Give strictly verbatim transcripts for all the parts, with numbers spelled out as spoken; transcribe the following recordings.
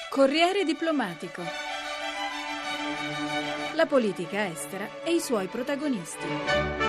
Corriere diplomatico. La politica estera e i suoi protagonisti.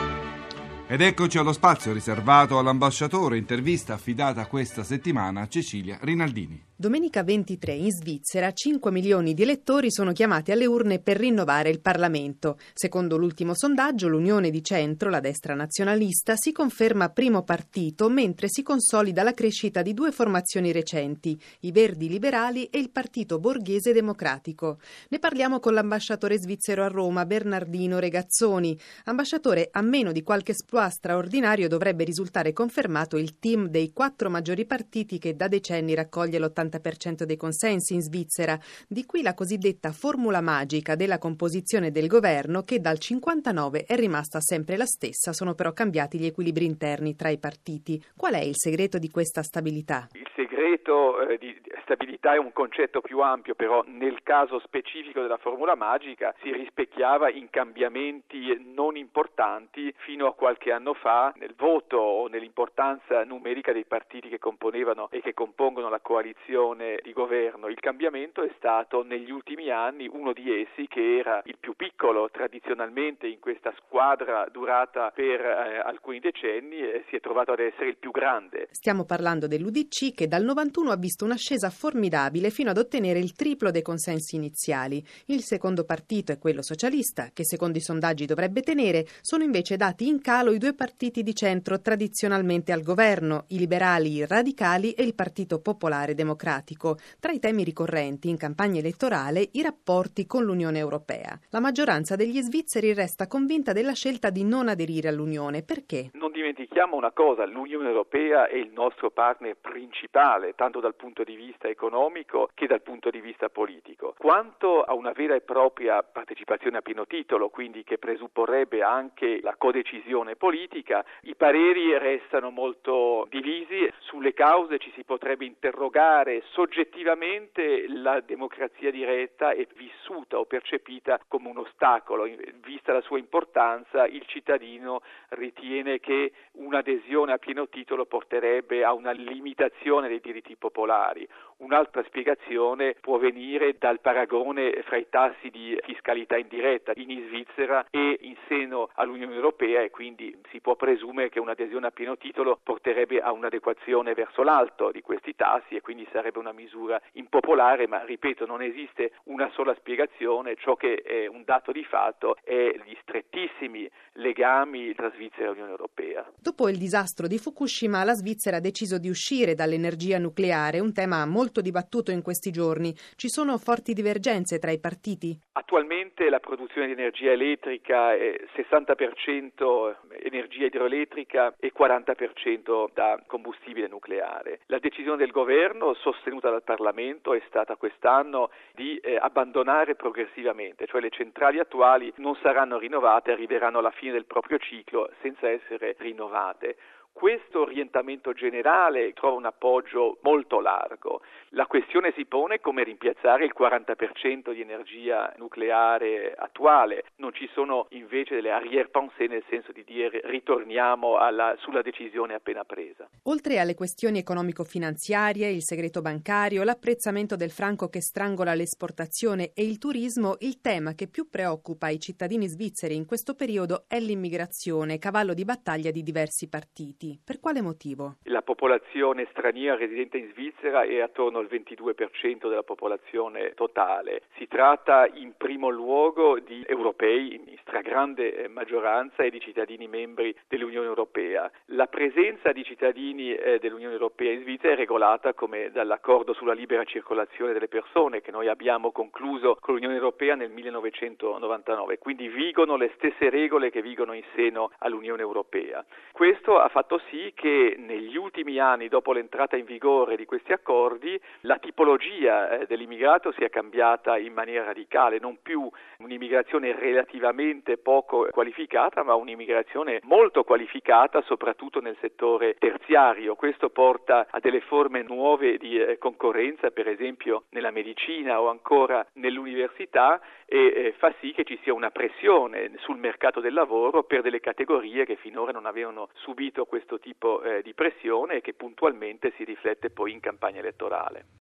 Ed eccoci allo spazio riservato all'ambasciatore, intervista affidata questa settimana a Cecilia Rinaldini. Domenica ventitré in Svizzera cinque milioni di elettori sono chiamati alle urne per rinnovare il Parlamento. Secondo l'ultimo sondaggio, l'Unione di Centro, la destra nazionalista, si conferma primo partito, mentre si consolida la crescita di due formazioni recenti, i Verdi Liberali e il Partito Borghese Democratico. Ne parliamo con l'ambasciatore svizzero a Roma, Bernardino Regazzoni. Ambasciatore, a meno di qualche esploit straordinario dovrebbe risultare confermato il team dei quattro maggiori partiti che da decenni raccoglie l'ottanta per cento dei consensi in Svizzera. Di qui la cosiddetta formula magica della composizione del governo, che dal cinquantanove è rimasta sempre la stessa, sono però cambiati gli equilibri interni tra i partiti. Qual è il segreto di questa stabilità? Il segreto eh, di stabilità è un concetto più ampio, però nel caso specifico della formula magica si rispecchiava in cambiamenti non importanti fino a qualche anno fa nel voto o nell'importanza numerica dei partiti che componevano e che compongono la coalizione di governo. Il cambiamento è stato negli ultimi anni uno di essi, che era il più piccolo tradizionalmente in questa squadra durata per eh, alcuni decenni, e si è trovato ad essere il più grande. Stiamo parlando dell'U D C, che dal novantuno ha visto un'ascesa formidabile fino ad ottenere il triplo dei consensi iniziali. Il secondo partito è quello socialista, che secondo i sondaggi dovrebbe tenere. Sono invece dati in calo i due partiti di centro tradizionalmente al governo, i liberali, i radicali e il Partito Popolare Democratico. Tra i temi ricorrenti in campagna elettorale i rapporti con l'Unione Europea. La maggioranza degli svizzeri resta convinta della scelta di non aderire all'Unione. Perché? Non dimentichiamo una cosa: l'Unione Europea è il nostro partner principale, tanto dal punto di vista economico che dal punto di vista politico. Quanto a una vera e propria partecipazione a pieno titolo, quindi che presupporrebbe anche la codecisione politica, i pareri restano molto divisi. Sulle cause ci si potrebbe interrogare. Soggettivamente la democrazia diretta è vissuta o percepita come un ostacolo. Vista la sua importanza, il cittadino ritiene che un'adesione a pieno titolo porterebbe a una limitazione dei diritti popolari. Un'altra spiegazione può venire dal paragone fra i tassi di fiscalità indiretta in Svizzera e in seno all'Unione Europea, e quindi si può presumere che un'adesione a pieno titolo porterebbe a un'adeguazione verso l'alto di questi tassi, e quindi sarebbe una misura impopolare. Ma ripeto, non esiste una sola spiegazione. Ciò che è un dato di fatto è gli strettissimi legami tra Svizzera e Unione Europea. Dopo il disastro di Fukushima, la Svizzera ha deciso di uscire dall'energia nucleare, un tema molto dibattuto in questi giorni. Ci sono forti divergenze tra i partiti? Attualmente la produzione di energia elettrica è sessanta per cento energia idroelettrica e quaranta per cento da combustibile nucleare. La decisione del governo, sostenuta dal Parlamento, è stata quest'anno di eh, abbandonare progressivamente, cioè le centrali attuali non saranno rinnovate, arriveranno alla fine del proprio ciclo senza essere rinnovate. Questo orientamento generale trova un appoggio molto largo. La questione si pone come rimpiazzare il quaranta per cento di energia nucleare attuale. Non ci sono invece delle arrière-pensée, nel senso di dire ritorniamo alla, sulla decisione appena presa. Oltre alle questioni economico-finanziarie, il segreto bancario, l'apprezzamento del franco che strangola l'esportazione e il turismo, il tema che più preoccupa i cittadini svizzeri in questo periodo è l'immigrazione, cavallo di battaglia di diversi partiti. Per quale motivo? La popolazione straniera residente in Svizzera è attorno al ventidue per cento della popolazione totale. Si tratta in primo luogo di europei, in stragrande maggioranza, e di cittadini membri dell'Unione Europea. La presenza di cittadini eh, dell'Unione Europea in Svizzera è regolata come dall'accordo sulla libera circolazione delle persone che noi abbiamo concluso con l'Unione Europea nel millenovecentonovantanove. Quindi vigono le stesse regole che vigono in seno all'Unione Europea. Questo ha fatto sì che negli ultimi anni, dopo l'entrata in vigore di questi accordi, la tipologia eh, dell'immigrato sia cambiata in maniera radicale, non più un'immigrazione relativamente poco qualificata, ma un'immigrazione molto qualificata, soprattutto nel settore terziario. Questo porta a delle forme nuove di eh, concorrenza, per esempio nella medicina o ancora nell'università, e eh, fa sì che ci sia una pressione sul mercato del lavoro per delle categorie che finora non avevano subito questo tipo eh, di pressione, e che puntualmente si riflette poi in campagna elettorale.